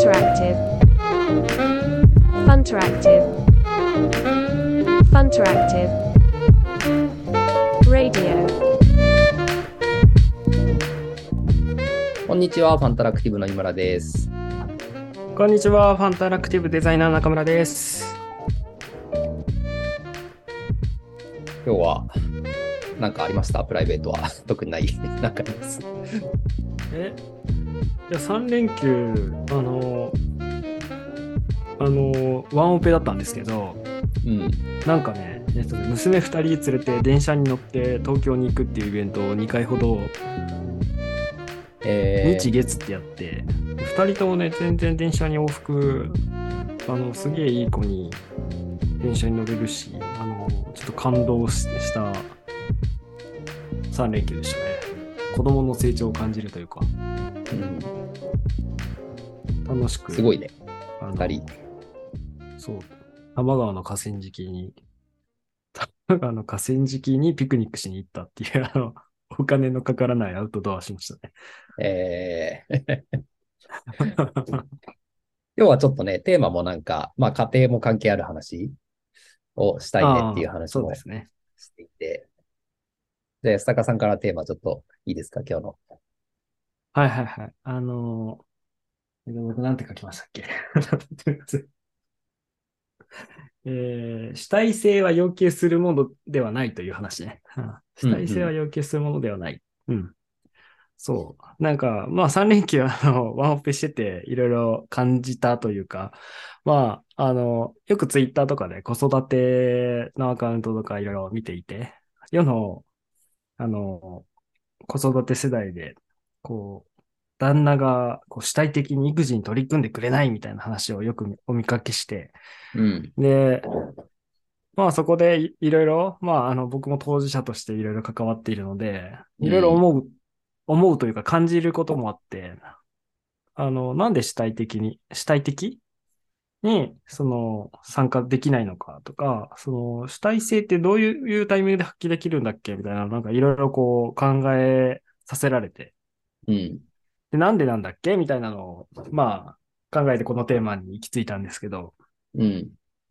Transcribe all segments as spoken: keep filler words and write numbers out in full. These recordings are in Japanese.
Funteractive Funteractive Funteractive Radio。 こんにちは、ファンタラクティブの井村です。 こんにちは、ファンタラクティブデザイナー中村です。 今日は何かありました？プライベートは特にない。何かあります？ えいやさん連休あのあのワンオペだったんですけど、 うん、 なんかね、娘ふたり連れて電車に乗って東京に行くっていうイベントをにかいほど、えー、日月ってやって、ふたりともね全然電車に往復あのすげえいい子に電車に乗れるし、あのちょっと感動したさん連休でしたね。子供の成長を感じるというか、うん、楽しく。 すごいね。ふたり。 そう。多摩川の河川敷に、多摩川の河川敷にピクニックしに行ったっていう、あの、お金のかからないアウトドアしましたね。 えー、今日はちょっとね、テーマもなんか、まあ家庭も関係ある話をしたいねっていう話もしていて、じゃあ安高さんからテーマちょっといいですか、今日の。 はいはいはい。あのー、僕なんて書きましたっけえー、主体性は要求するものではないという話ね。主体性は要求するものではない。うん、うん。そう。なんか、まあさん連休あの、ワンオペしてていろいろ感じたというか、まあ、あの、よくツイッターとかで子育てのアカウントとかいろいろ見ていて、世の、あの、子育て世代で、こう、旦那がこう主体的に育児に取り組んでくれないみたいな話をよくお見かけして、 うん、 で、まあそこでいろいろ、まああの僕も当事者としていろいろ関わっているので、いろいろ思う、思うというか感じることもあって、あの、なんで主体的に、主体的に、その、参加できないのかとか、その、主体性ってどういうタイミングで発揮できるんだっけみたいな、なんかいろいろこう考えさせられて、 うん、 で、なんでなんだっけみたいなのを、まあ、考えてこのテーマに行き着いたんですけど、 うん、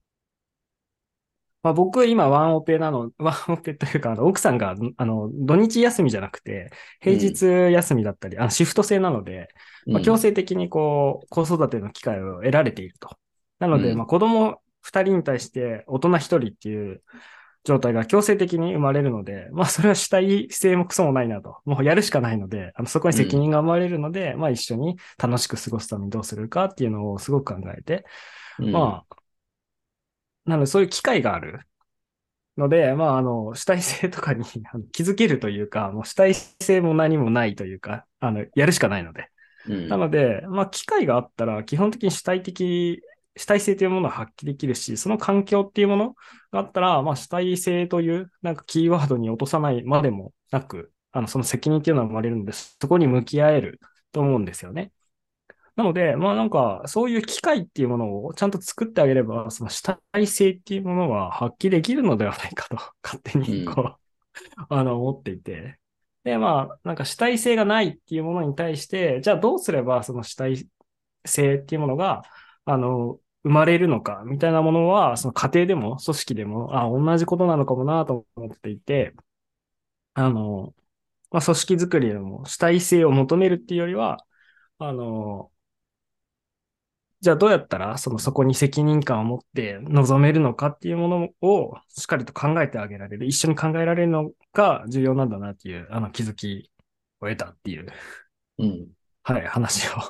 まあ、僕今ワンオペなの、ワンオペというか、あの奥さんが、あの、土日休みじゃなくて、平日休みだったり、あのシフト制なので、まあ、強制的にこう、子育ての機会を得られていると。なので、まあ、子供ふたりに対して大人ひとりっていう状態が強制的に生まれるので、まあ、それは主体性もクソもないなと。もうやるしかないので、あのそこに責任が生まれるので、うん、まあ、一緒に楽しく過ごすためにどうするかっていうのをすごく考えて、うん、まあ、なので、そういう機会があるので、まあ、あの、主体性とかに気づけるというか、もう主体性も何もないというか、あの、やるしかないので。うん、なので、まあ、機会があったら、基本的に主体的、主体性というものを発揮できるし、その環境っていうものがあったら、まあ、主体性という、なんかキーワードに落とさないまでもなく、あの、その責任っていうのは生まれるので、そこに向き合えると思うんですよね。なので、まあなんか、そういう機会っていうものをちゃんと作ってあげれば、その主体性っていうものは発揮できるのではないかと、勝手にこう、うん、あの、思っていて。で、まあ、なんか主体性がないっていうものに対して、じゃあどうすればその主体性っていうものが、あの、生まれるのか、みたいなものは、その家庭でも組織でも、あ、同じことなのかもなと思っていて、あの、まあ、組織づくりでも主体性を求めるっていうよりは、あの、じゃあどうやったらそのそこに責任感を持って臨めるのかっていうものをしっかりと考えてあげられる、一緒に考えられるのが重要なんだなっていうあの気づきを得たっていう、 うん、 はい、話を。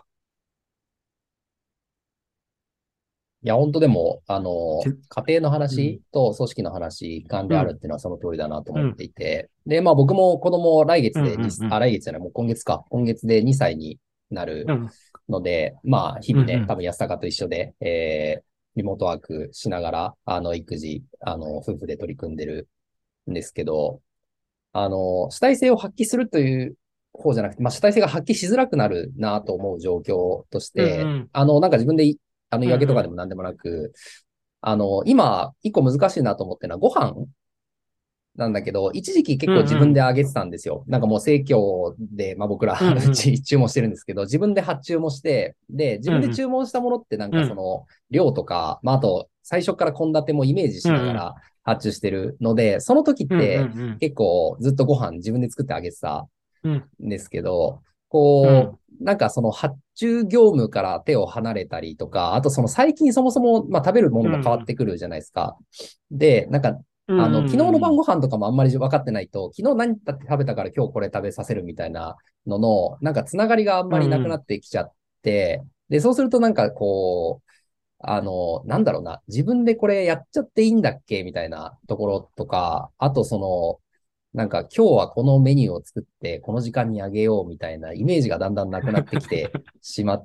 いや、本当でも、あの、家庭の話と組織の話、一貫であるっていうのはその通りだなと思っていて、うん、で、まあ僕も子供来月でに、うんうんうん、あ、来月じゃない、もう今月か、今月でにさいになるので、うん、まあ日々ね、うんうん、多分安坂と一緒で、えー、リモートワークしながら、あの、育児、あの、夫婦で取り組んでるんですけど、あの、主体性を発揮するという方じゃなくて、まあ主体性が発揮しづらくなるなと思う状況として、うんうん、あの、なんか自分であの、言い訳とかでも何でもなく、うんうん、あの、今、一個難しいなと思ってるのは、ご飯なんだけど、一時期結構自分でうんうん。 上げてたんですよ。なんかもう生協で、まあ僕らうんううん。 ち注文してるんですけど、自分で発注もして、で、自分で注うん文したものってなんうん。 かその量とか、まああと最初から献立もイメージうんうん。 しながら発注してるので、その時っうんうんてうん。 結構ずっとご飯自分で作ってあげてたうんんですけど、こうん。 う、なんかその発注業務から手を離れたりとか、あとその最近そもそも、まあ食べるものも変わってくるじゃないですか。で、なんか、 うんあの、昨日のうん。 晩ご飯とかもあんまり分かってないと、昨日何だって食べたから今日これ食べさせるみたいなのの、なんかつながりがあんまりなくなうんうん。 ってきちゃって、で、そうするとなんかこう、あの、なんだろうな、自分でこれやっちゃっていいんだっけみたいなところとか、あとその、なんか今日はこのメニューを作ってこの時間にあげようみたいなイメージがだんだんなくなってきてしまって、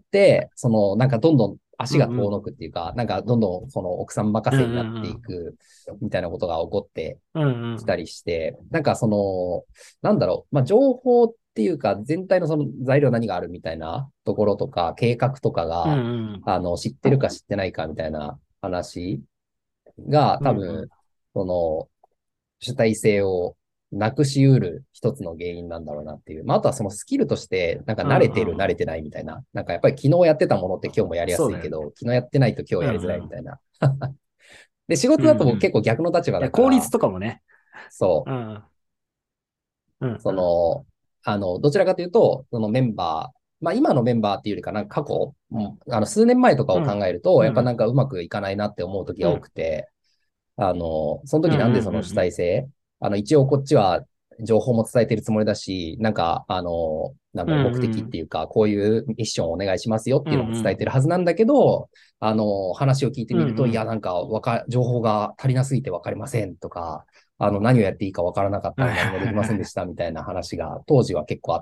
そのなんかどんどん足が遠のくっていうか、なんかどんどんその奥さん任うんせになってうん。 いくみたいなことが起こってうんうん。 きたりして、なんかその、なんだろう、まあ情報っていうか全体のその材料何があるみたいなところとか計画とかうんが、 うん。 あの、知ってるか知ってないかみたいな話が多分、 うんうん。 その主体性をなくし得る一つの原因なんだろうなっていう。まあ、あとはそのスキルとして、なんかう慣れてる、 んうん。 慣れてないみたいな。なんかやっぱり昨日やってたものって今日もやりやそうだよね。 すいけど、昨日やってないと今日うんやりづらいうん。 みたいな。で、仕うんう事だと僕ん。 結構逆の立場いや、効率だから、 とかもね。 そう、 うん。うんそうん。 の、あの、どちらかというと、そのメンバー、まあ今のメンバーっていうよりかなんか過去、もうあの数年前とかを考うん。 えると、やっぱなうん。 んかうまくいかないなって思う時が多うん。 くて、あの、その時うんうなんでその主んうん。 体性、あの、一応こっちは情報も伝えてるつもりだし、なんか、あの、なんうだろう、目的ってんいうか、こういうミッションをお願いしますよってうん。 いうのも伝えてうんるはずなんだけど、あの、話を聞いてうん。 みると、いや、 うんうん。 なんか、わか、情報が足りなすぎてわかりませんとか、あの、何をやっていいかわからなかったはいんで何もできませんではいはい。 したみたいな話が当時は結構あって、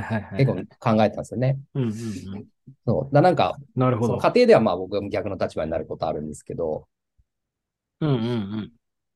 はいはいはい結構はい。 考えてたんですよね。 うんうんうん。 そう。だなんか、その過なるほど。 程ではまあ僕は逆の立場になることあるんですけど、 うんうんうん。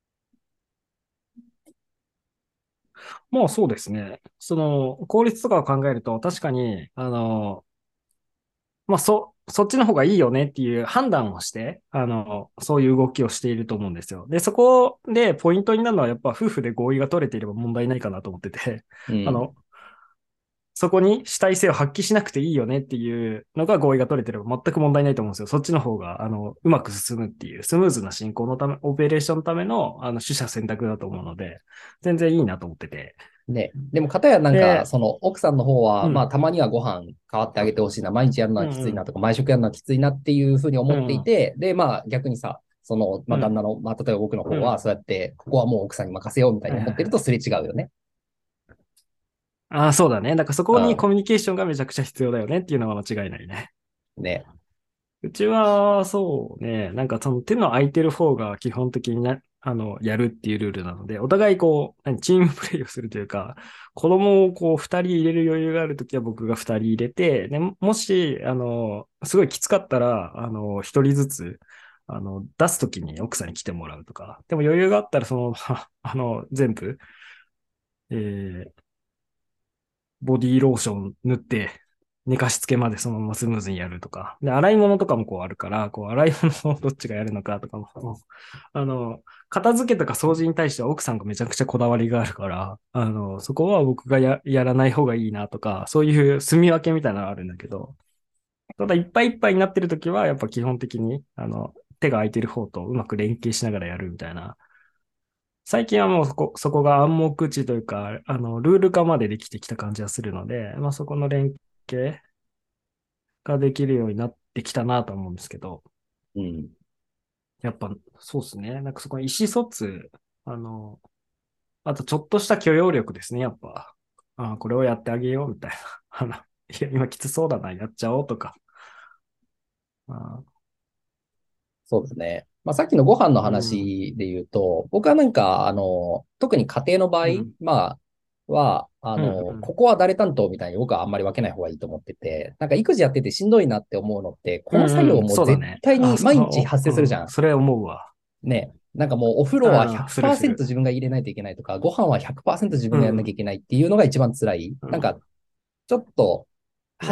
まあそうですね。その、効率とかを考えると、確かに、あの、まあそ、そっちの方がいいよねっていう判断をして、あの、そういう動きをしていると思うんですよ。で、そこでポイントになるのは、やっぱ夫婦で合意が取れていれば問題ないかなと思ってて、 うん。 あの、そこに主体性を発揮しなくていいよねっていうのが合意が取れてれば全く問題ないと思うんですよ。そっちの方が、あの、うまく進むっていう、スムーズな進行のため、オペレーションのための、あの、取捨選択だと思うので、全然いいなと思ってて。 ね。でも、かたやなんか、 で、 その、奥さんの方は、まあ、 うん、 たまにはご飯変わってあげてほしいな、毎日やるのうん、 はきつうん、 いなとか、毎食やるのはきついなっていうふうに思っていうん、 て、で、まあ、逆にさ、その、まあ、旦うん、 那の、まあ、例えば僕の方は、 うん。 そうやって、ここはもう奥さんに任せようみたいにはいはいはい。 思ってるとすれ違うよね。 ああ、そうだね。だからそこにコうん。 ミュニケーションがめちゃくちゃ必要だよねっていうのは間違いないね。 ね。 うちは、そうね、なんかその手の空いてる方が基本的にな、あの、やるっていうルールなので、お互いこう、何チームプレイをするというか、子供をこう、二人入れる余裕があるときは僕が二人入れて、で、もし、あの、すごいきつかったら、あの、一人ずつ、あの、出すときに奥さんに来てもらうとか、でも余裕があったら、その、あの、全部、えーボディーローション塗って、寝かしつけまでそのままスムーズにやるとか。で、洗い物とかもこうあるから、こう、洗い物をどっちがやるのかとかも、あの、片付けとか掃除に対しては奥さんがめちゃくちゃこだわりがあるから、あの、そこは僕がや、やらない方がいいなとか、そういう住み分けみたいなのがあるんだけど、ただいっぱいいっぱいになってるときは、やっぱ基本的に、あの、手が空いてる方とうまく連携しながらやるみたいな。最近はもうそこ、そこが暗黙知というか、あの、ルール化までできてきた感じがするので、まあそこの連携ができるようになってきたなと思うんですけど、 うん。 やっぱそうですね。なんかそこの意思疎通、あの、あとちょっとした許容力ですね、やっぱ。あこれをやってあげようみたいな。あの、いや、今きつそうだな、やっちゃおうとか。あそうですね。まあ、さっきのご飯のうん、 話で言うと、僕はなんか、あの、特に家庭の場合、 うん、 まあ、は、あうん、 の、 うん。 ここは誰担当みたいに僕はあんまり分けない方がいいと思ってて、なんか育児やっててしんどいなって思うのって、この作うんうん、 業も絶そうだね。あ、 対に毎日そう、うん、 発生するじゃん。 それ思うわ。 ね。なんかもうお風呂はああ、するすひゃくパーセントる。 自分が入れないといけないとか、ご飯はひゃくパーセント自分がやんなきゃうん、 いけないっていうのが一番辛い。なんか、 うん、 ちょっと、 うん、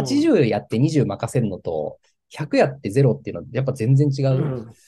はちじゅうやってにじゅう任せるのと、ひゃくやってゼロっていうのはやっぱ全然違う。 うん。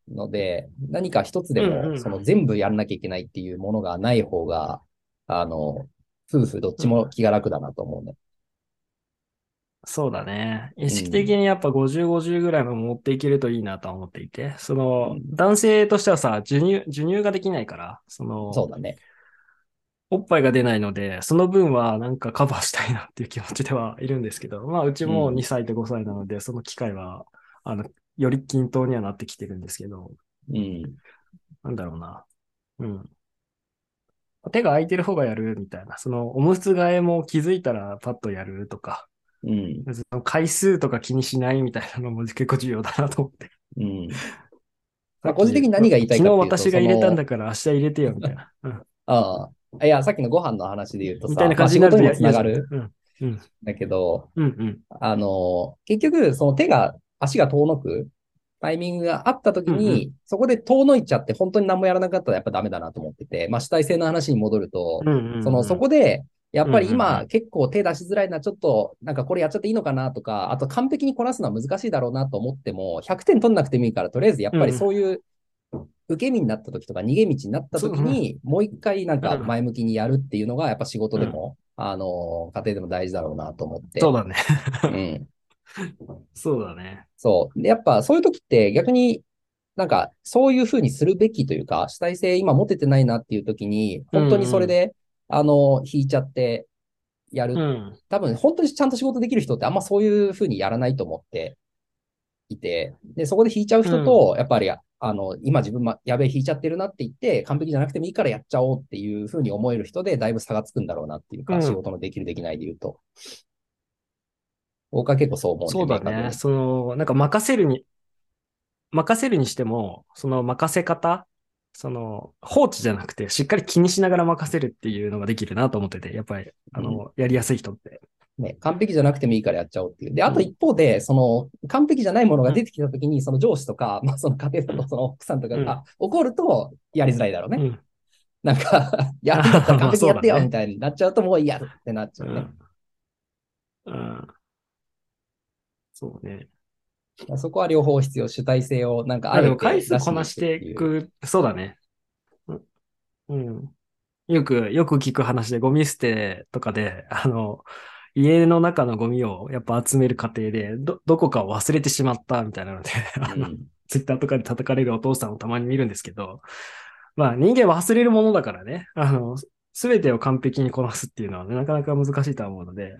ので、何か一つでうんも、 うん。 その全部やんなきゃいけないっていうものがない方が、あの、夫婦どっちもうん。 気が楽だなと思うね。 そうだね。意識的うん。 にやっぱごじゅう、ごじゅうぐらいも持っていけるといいなとは思っていて、その、 うん。 男性としてはさ、授乳、授乳ができないから、その、 そうだね。 おっぱいが出ないので、その分はなんかカバーしたいなっていう気持ちではいるんですけど、まあ、うちもうん。 にさいとごさいなので、その機会は、あの、より均等にはなってきてるんですけど、 うん。 なんだろうな。うん。手が空いてる方がやるみたいな、その、おむつ替えも気づいたらパッとやるとか、 うん。 その回数とか気にしないみたいなのも結構重要だなと思って。 うん。まあ、個人的さっき、 に何が言いたい昨日かっていうと、 私が入れたんその、 だから明日入れてよみたいな。うん。 ああ、いや、さっきのご飯の話で言うとさ、 みたいな感じになるとまあ仕事にも嫌嫌じゃん。 つながるうん。うん。 んだけど、 うん。うん。 あの、結局、その手が、足が遠のくタイミングがあった時うん。うん。 に、そこで遠のいちゃって本当に何もやらなかったらやっぱダメだなと思ってて、まあ主体性の話に戻ると、 うん。うその、そん。 こで、やっうん。うん。 ぱりうん。 今結構手出しづらいな、ちょっとなんかこれやっちゃっていいのかなとか、あと完璧にこなすのは難しいだろうなと思っても、ひゃくてん取んなくてもいいから、とりあえずやっぱりうん。 そういう受け身になった時とか逃げ道になったそう。うん。 時に、もう一回なんかうん。 前向きにやるっていうのが、やっぱ仕事うん。 でも、あの、家庭でも大事だろうなと思って。 そうだね。 うん。 そうだね。 そう。で、やっぱそういう時って逆になんかそういうふうにするべきというか、主体性今持ててないなっていう時に、 う本当にそれん。 で、あの、引いちゃってやる。 うん。 多分、本当にちゃんと仕事できる人ってあんまそういうふうにやらないと思っていて、で、そこで引いちゃううん。 人と、やっぱり、あの、今自分、ま、やべえ、引いちゃってるなって言って、完璧じゃなくてもいいからやっちゃおうっていうふうに思える人で、だいぶ差がつくんだろうなっていうか、仕うん。 事のできるできないで言うと。僕は結構そう思うんで、 そうだね。 明確に。 その、なんか任せるに、任せるにしても、その任せ方、その放置じゃなくて、しっかり気にしながら任せるっていうのができるなと思ってて、やっぱり、あうん。 の、やりやすい人って。 ね、完璧じゃなくてもいいからやっちゃおうっていう。で、あとうん。 一方で、その、完璧じゃないものがうん。 出てきたときに、その上司とか、まあ、その家庭だとその奥さんとかうん。 が怒ると、やりづらいだろうね。 うん。 なんかやるんだったらあまあ完璧にやってよ、みそうだね。 たいになっちゃうと、もう嫌ってなっちゃうね。 うん。うん。そうね。 そこは両方必要。主体性をなんかあまあでえも回数て出しにこなして行くっていう。 いく、そうだね。うん。うん。よく、よく聞く話で、ゴミ捨てとかで、あの、家の中のゴミをやっぱ集める過程で、ど、どこかを忘れてしまったみたいなので、あの、 うん。 ツイッターとかで叩かれるお父さんをたまに見るんですけど、まあ人間忘れるものだからね、あの、すべてを完璧にこなすっていうのはね、なかなか難しいとは思うので、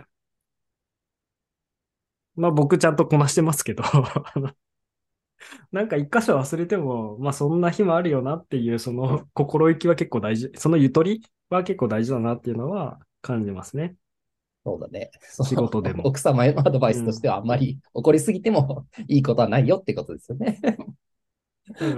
まあ僕ちゃんとこなしてますけど、あのなんか一箇所忘れても、まあそんな日もあるよなっていう、その心意気は結構大事、そのゆとりは結構大事だなっていうのは感じますね。 そうだね。そ仕事での、 も。 奥様へのアドバイうん。 スとしてはあんまり怒りすぎてもいいことはないよってことですよね。 うん。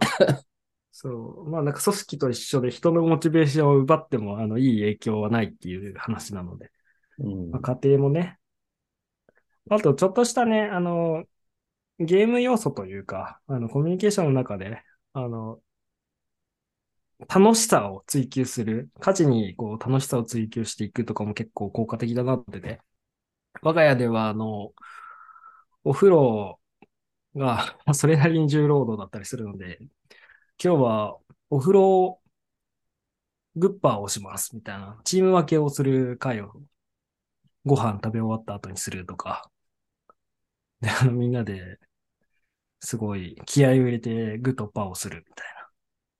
そう。まあなんか組織と一緒で人のモチベーションを奪っても、あの、いい影響はないっていう話なので。 うん。 まあ、家庭もね。あと、ちょっとしたね、あの、ゲーム要素というか、あの、コミュニケーションの中で、あの、楽しさを追求する、家事にこう楽しさを追求していくとかも結構効果的だなってて、我が家では、あの、お風呂がそれなりに重労働だったりするので、今日はお風呂グッパーをしますみたいな、チーム分けをする会をご飯食べ終わった後にするとか、で、あのみんなですごい気合を入れてグッとパーをするみたいな。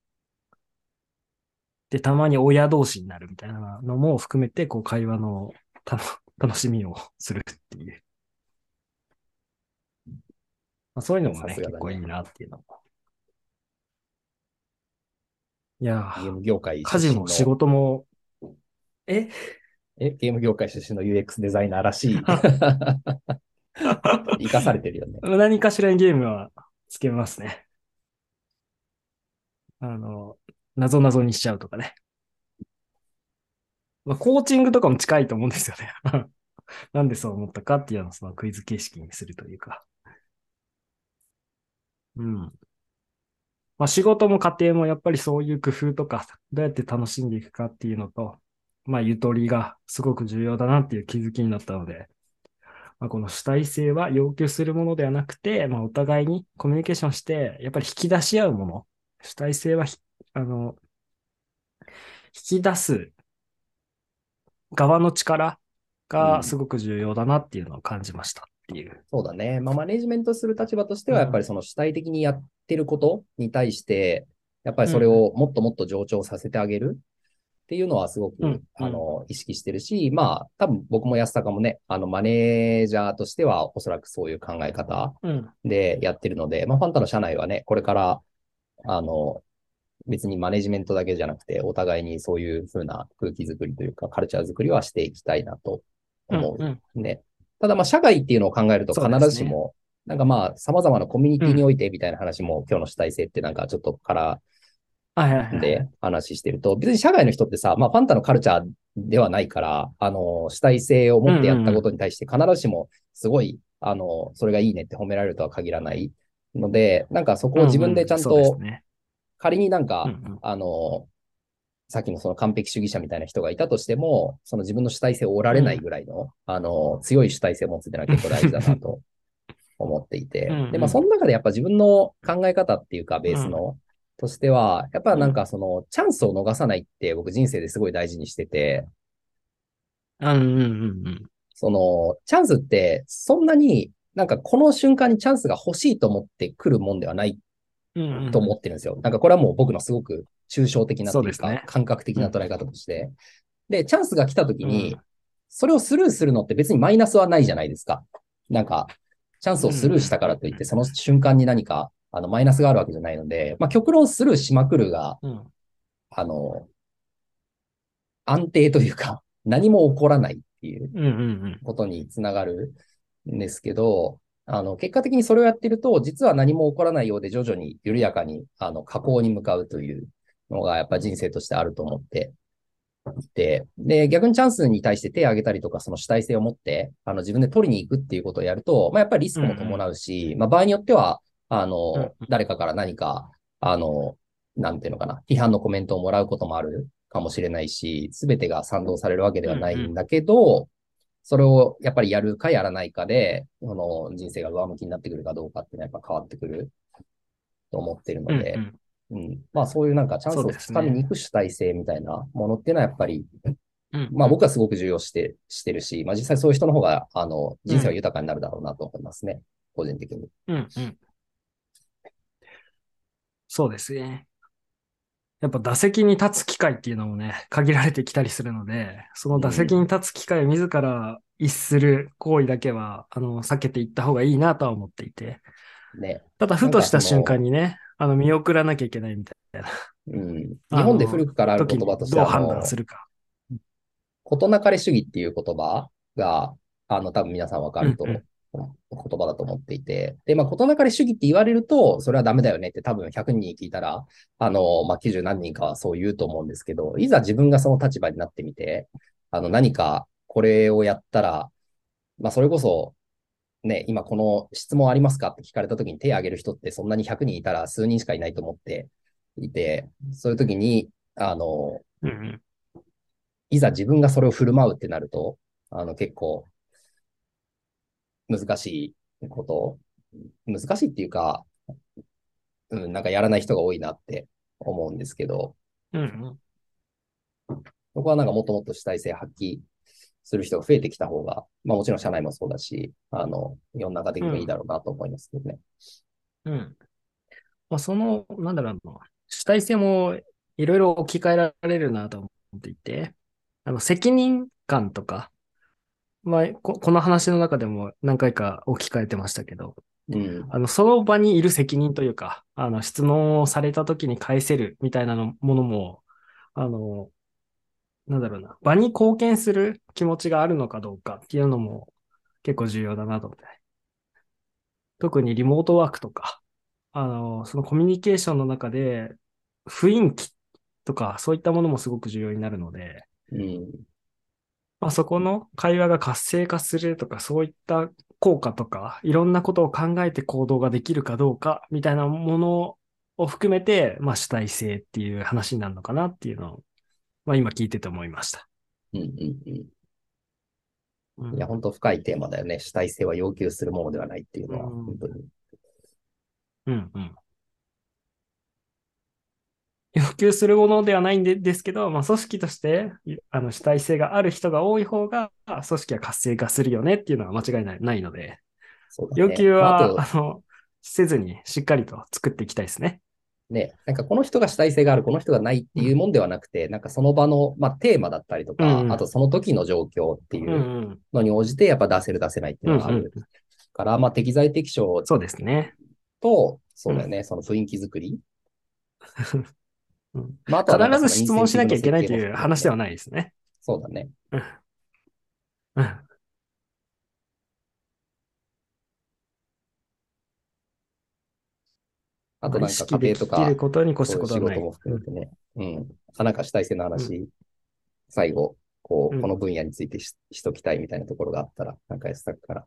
で、たまに親同士になるみたいなのも含めて、こう会話の楽楽しみをするっていう。まあ、そういうのもさね、 すがだね。 結構いいなっていうのも。いやー、 ゲーム業界家事も仕出身の、 事も、ええ、ゲーム業界出身の ユーエックス デザイナーらしい。生かされてるよね。 何かしらにゲームはつけますね。あの、謎々にしちゃうとかね。まあ、コーチングとかも近いと思うんですよね。なんでそう思ったかっていうのをそのクイズ形式にするというか。うん。まあ、仕事も家庭もやっぱりそういう工夫とか、どうやって楽しんでいくかっていうのと、まあ、ゆとりがすごく重要だなっていう気づきになったので、 まあ、この主体性は要求するものではなくて、まあ、お互いにコミュニケーションして、やっぱり引き出し合うもの。主体性はひ、あの、引き出す側の力うん。 がすごく重要だなっていうのを感じましたっていう。 そうだね。まあ、マネジメントする立場としては、やっぱりうん。 その主体的にやってることに対して、やっぱりそれうん。 をもっともっと上長させてあげるっていうのはすごく、 うん。うん。 あの、意識してるし、まあ、多分僕も安坂もね、あの、マネージャーとしてはおそらくそういう考え方うん。 でやってるので、まあ、ファンタの社内はね、これから、あの、別にマネジメントだけじゃなくて、お互いにそういう風な空気作りというか、カルチャー作りはしていきたいなとうん。 思うん。 うね。ただ、まあ、社外っていうのを考えるとそう必ですね。 ずしも、なんかまあ、様々なコミュニうん。 ティにおいてみたいな話も今日の主体性ってなんかちょっとからはいはいはいはい。 で話してると、別に社外の人ってさ、まあ、ファンタのカルチャーではないから、あの、主体性をう持ってやったこんうんとに対して必ずしもすごい、あの、それがいいねって褒められるとは限らないので、なんかそこうん。うを自分でちんうん。そうですゃんと、 ね。 仮になんか、 うんうん。 あの、さっきのその完璧主義者みたいな人がいたとしても、その自分の主体性を折られないうん。 ぐらいの、あの、強い主体性を持つっていうのは結構大事だなと思っていうんて。で、まあ、そうん。 の中でやっぱ自分の考え方っていうか、ベーうん。 スの、としては、やっぱうん。 なんかその、チャンスを逃さないって僕人生ですごい大事にしてて、 うんうんうんうん。 その、チャンスってそんなになんかこの瞬間にチャンスが欲しいと思ってくるもんではないうんうんとうん。 思ってるんですよ。なんかこれはもう僕のすごく抽象的なっていうか、 そうですね。 感覚的うん。 な捉え方として。で、チャンスが来た時うん。 に、それをスルーするのって別にマイナスはないじゃないですか。なんか、チャンスうんうをスルーしたんからといって、その瞬間に何か、あの、マイナスがあるわけじゃないので、まあ、極論スルーしまくるが、 うん。 あの、安定というか、何も起こらないっていううんうんうん。 ことにつながるんですけど、あの、結果的にそれをやってると、実は何も起こらないようで徐々に緩やかに、あの、下降に向かうというのが、やっぱ人生としてあると思っていて、で、逆にチャンスに対して手を挙げたりとか、その主体性を持って、あの、自分で取りに行くっていうことをやると、まあ、やっぱりリスクも伴うんうん。 うし、まあ、場合によっては、あの、 うんうん。 誰かから何か、あの、なんていうのかな、批判のコメントをもらうこともあるかもしれないし、すべてが賛同されるわけではないんだけど、それをやっぱりやるかやらないかで、その人生が上向きになってくるかどうかっていうのはやっぱ変わってくると思ってるので、 うんうん。 うん。まあそういうなんかチャンそうスをつかみにですね。 行く主体性みたいなものっていうのはやっぱり、 うんうん。 まあ僕はすごく重要して、してるし、まあ実際そういう人の方が、あの、人生はうん豊かになるだろうなと思いますね。個人的に。 うんうん。そうですね。やっぱ打席に立つ機会っていうのもね、限られてきたりするので、その打席にうん。 立つ機会を自ら逸する行為だけは、あの、避けていった方がいいなとは思っていて。 ね。 ただ、ふなんかとした瞬間その、 にね、あの、見送らなきゃいけないみたいな、 うん。日本であの、 古くからある言時に葉として、 どう判断あの、 するか。 事なかれ主義っていう言葉が、あの、多分皆さんわかると、 うんうん。 言葉だと思っていて、で、まあ、事なかれ主義って言われると、それはダメだよねって多分ひゃくにん聞いたら、あの、まあ、きゅうじゅう何人かはそう言うと思うんですけど、いざ自分がその立場になってみて、あの、何かこれをやったら、まあ、それこそ、ね、今この質問ありますかって聞かれた時に手を挙げる人ってそんなにひゃくにんいたら数人しかいないと思っていて、そういう時に、あの、 うんうん。 いざ自分がそれを振る舞うってなると、あの、結構難しいこと、難しいっていうか、うん、なんかやらない人が多いなって思うんですけど、 うんうん。 僕はなんかもっともっと主体性発揮する人が増えてきた方が、まあもちろん社内もそうだし、あの、世の中的にもいいだろうなと思いますけどね。 うん。まあ、その、なんだろうな、主体性もいろいろ置き換えられるなと思っていて、あの、責任感とか、まあ、こ、この話の中でも何回か置き換えてましたけど、 うん、 あの、その場にいる責任というか、あの、質問をされた時に返せるみたいなのものも、あの、なんだろうな、場に貢献する気持ちがあるのかどうかっていうのも結構重要だなと思って。特にリモートワークとか、あの、そのコミュニケーションの中で雰囲気とかそういったものもすごく重要になるので、 うん、 まあ、そこの会話が活性化するとか、そういった効果とか、いろんなことを考えて行動ができるかどうか、みたいなものを含めて、まあ、主体性っていう話になるのかなっていうのを、まあ、今聞いてて思いました。 うん、うん、うん。 いや、本当深いテーマだよね。主体性は要求するものではないっていううのは、本ん。 当に。 うん。うん。要求するものではないんでですけど、まあ、組織としてあの主体性がある人が多い方が、組織は活性化するよねっていうのは間違いない、ないので、要そうだね。まあ、あ求は、 と、 あの、せずにしっかりと作っていきたいですね。 ね、なんかこの人が主体性がある、この人がないってうん。 いうもんではなくて、なんかその場の、まあ、テーマだったりとか、あとうんその時の状況ってうん。 いううんうん。 のに応じてやっぱ出せる出せないっていううんうん。 のはあるから、まあ、適材適所そうですね。 と、そうん。 うだよね、その雰囲気作り。 うん、 まあ、あとはなんか必ずそのイン質問しなきセンティブのゃいけないという設計も含めてね。 話ではないですね。 そうだね。 うん。うん。まあ、意あとなんか家識できる庭とか、 ことに越したそういうことはない。 仕事も含うん。 めてね。うん。あ、なんか主体性のうん。 話、最後、こう、こうん。 の分野についてし、しときたいみたいなところがあったら、なんかやってたから。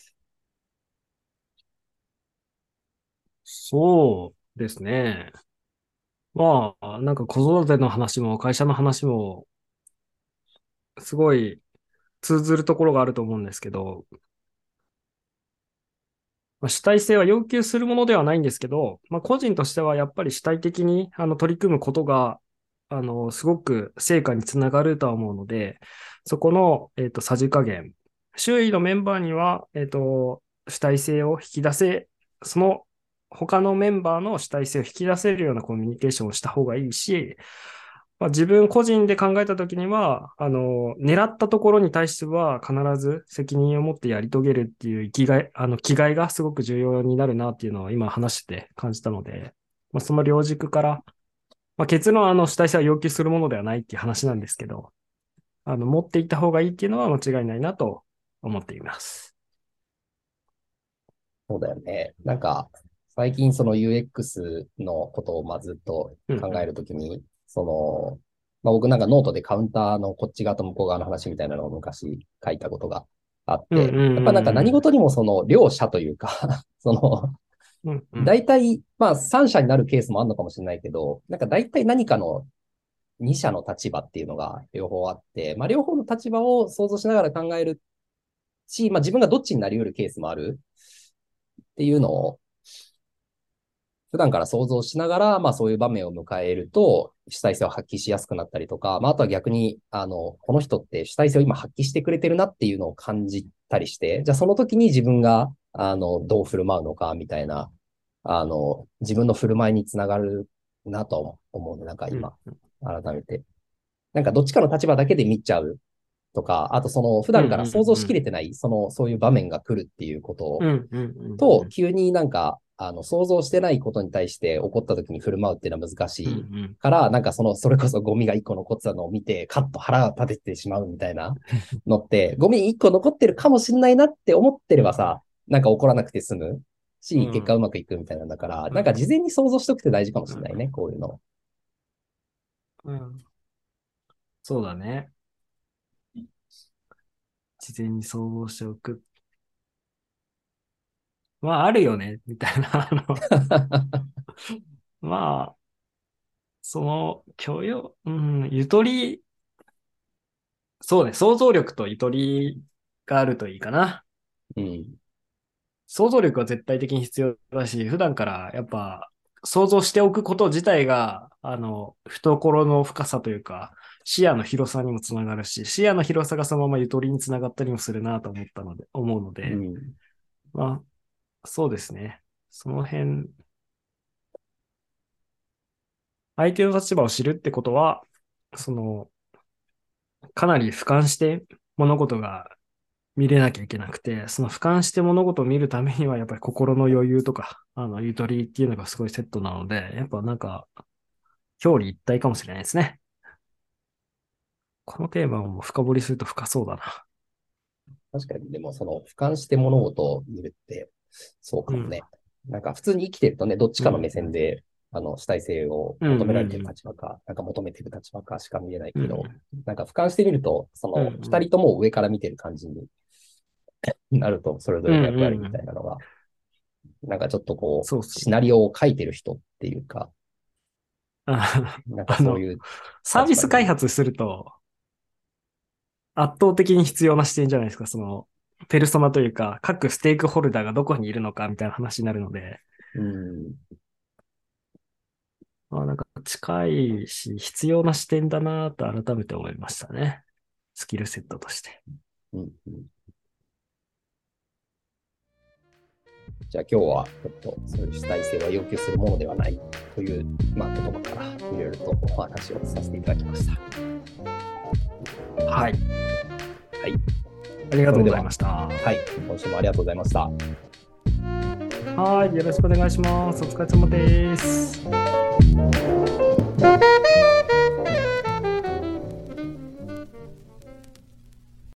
そうですね。まあ、なんか子育ての話も会社の話も、すごい通ずるところがあると思うんですけど、まあ、主体性は要求するものではないんですけど、まあ、個人としてはやっぱり主体的にあの取り組むことが、あの、すごく成果につながるとは思うので、そこの、えっと、さじ加減。周囲のメンバーには、えっと、主体性を引き出せ、その他のメンバーの主体性を引き出せるようなコミュニケーションをした方がいいし、まあ、自分個人で考えたときには、あの、狙ったところに対しては必ず責任を持ってやり遂げるっていう生きがい、あの、気概がすごく重要になるなっていうのを今話してて感じたので、まあ、その両軸から、まあ、結論はあの主体性は要求するものではないっていう話なんですけど、あの、持っていった方がいいっていうのは間違いないなと思っています。 そうだよね。なんか、最近その ユーエックス のことをまあずっと考えうんうん。 るときに、その、まあ、僕なんかノートでカウンターのこっち側と向こう側の話みたいなのを昔書いたことがあっうんうて、やっぱなんか何ん事にもその両者というかその、 うん。うんうん。 大体、まあ三者になるケースもあるのかもしれないけど、なんか大体何かの二者の立場っていうのが両方あって、まあ両方の立場を想像しながら考えるし、まあ自分がどっちになり得るケースもあるっていうのを普段から想像しながら、まあそういう場面を迎えると、主体性を発揮しやすくなったりとか、まああとは逆に、あの、この人って主体性を今発揮してくれてるなっていうのを感じたりして、じゃあその時に自分が、あの、どう振る舞うのかみたいな、あの、自分の振る舞いにつながるなと思うね、なんか今、 うんうん。 改めて。なんかどっちかの立場だけで見ちゃうとか、あとその普うんう段から想像しきれんてない、その、そういう場面が来るっていうことうんうんうんうと、 ん急になんか、あの、想像してないことに対して起こった時に振る舞うっていうのは難しうんういん。 から、なんかその、それこそゴミが一個残ってたのを見て、カッと腹が立ててしまうみたいなのって、ゴミ一個残ってるかもしれないなって思ってればさ、なんか怒らなくて済むし、結果ううんまくいくみたいなんだから、なんかうん事前に想像しておくって大事かもうんしれないね、こういうの。 うん。そうだね。事前に想像しておく。まあ、あるよね、みたいな。あの、まあ、その、許容、うん、ゆとり、そうね、想像力とゆとりがあるといいかな。 うん。 想像力は絶対的に必要だし、普段からやっぱ想像しておくこと自体が、あの、懐の深さというか、視野の広さにもつながるし、視野の広さがそのままゆとりにつながったりもするなと思ったので、思うので、 うん。 まあ、そうですね。その辺、相手の立場を知るってことは、その、かなり俯瞰して物事が見れなきゃいけなくて、その俯瞰して物事を見るためには、やっぱり心の余裕とか、あの、ゆとりっていうのがすごいセットなので、やっぱなんか、表裏一体かもしれないですね。このテーマを深掘りすると深そうだな。 確かに、でもその、俯瞰して物事を見るって、そううん。 かもね。なんか普通に生きてるとね、どっちかの目うん。 線で、あの、主体性をうん。 求められてるうん。 立場か、なんか求めてる立場かしか見えないうん。うけど、 ん。 なんか俯瞰してみると、そうん。うの、二ん。 人とも上から見てる感じになると、それぞうん。 れの役割みうん。 たいなのが、なんかちょっとこう、 そうそう。 シナリオを書いてる人っていうか、 あなんかあの、 そういうサービス開立場に。 発すると、 圧倒的に必要な視点じゃないですか。その、ペルソナというか、各ステークホルダーがどこにいるのかみたいな話になるので、 うん。 まあなんか近いし、必要な視点だなと改めて思いましたね。スキルセットとして。 うんうん、じゃあ今日はちょっとそういう主体性は要求するものではないという、まあ、言葉からいろいろとお話をさせていただきました。 はい。はい。 ありがとうございました。 はい。今週もありがとうございました。 はい。よろしくお願いします。お疲れ様です。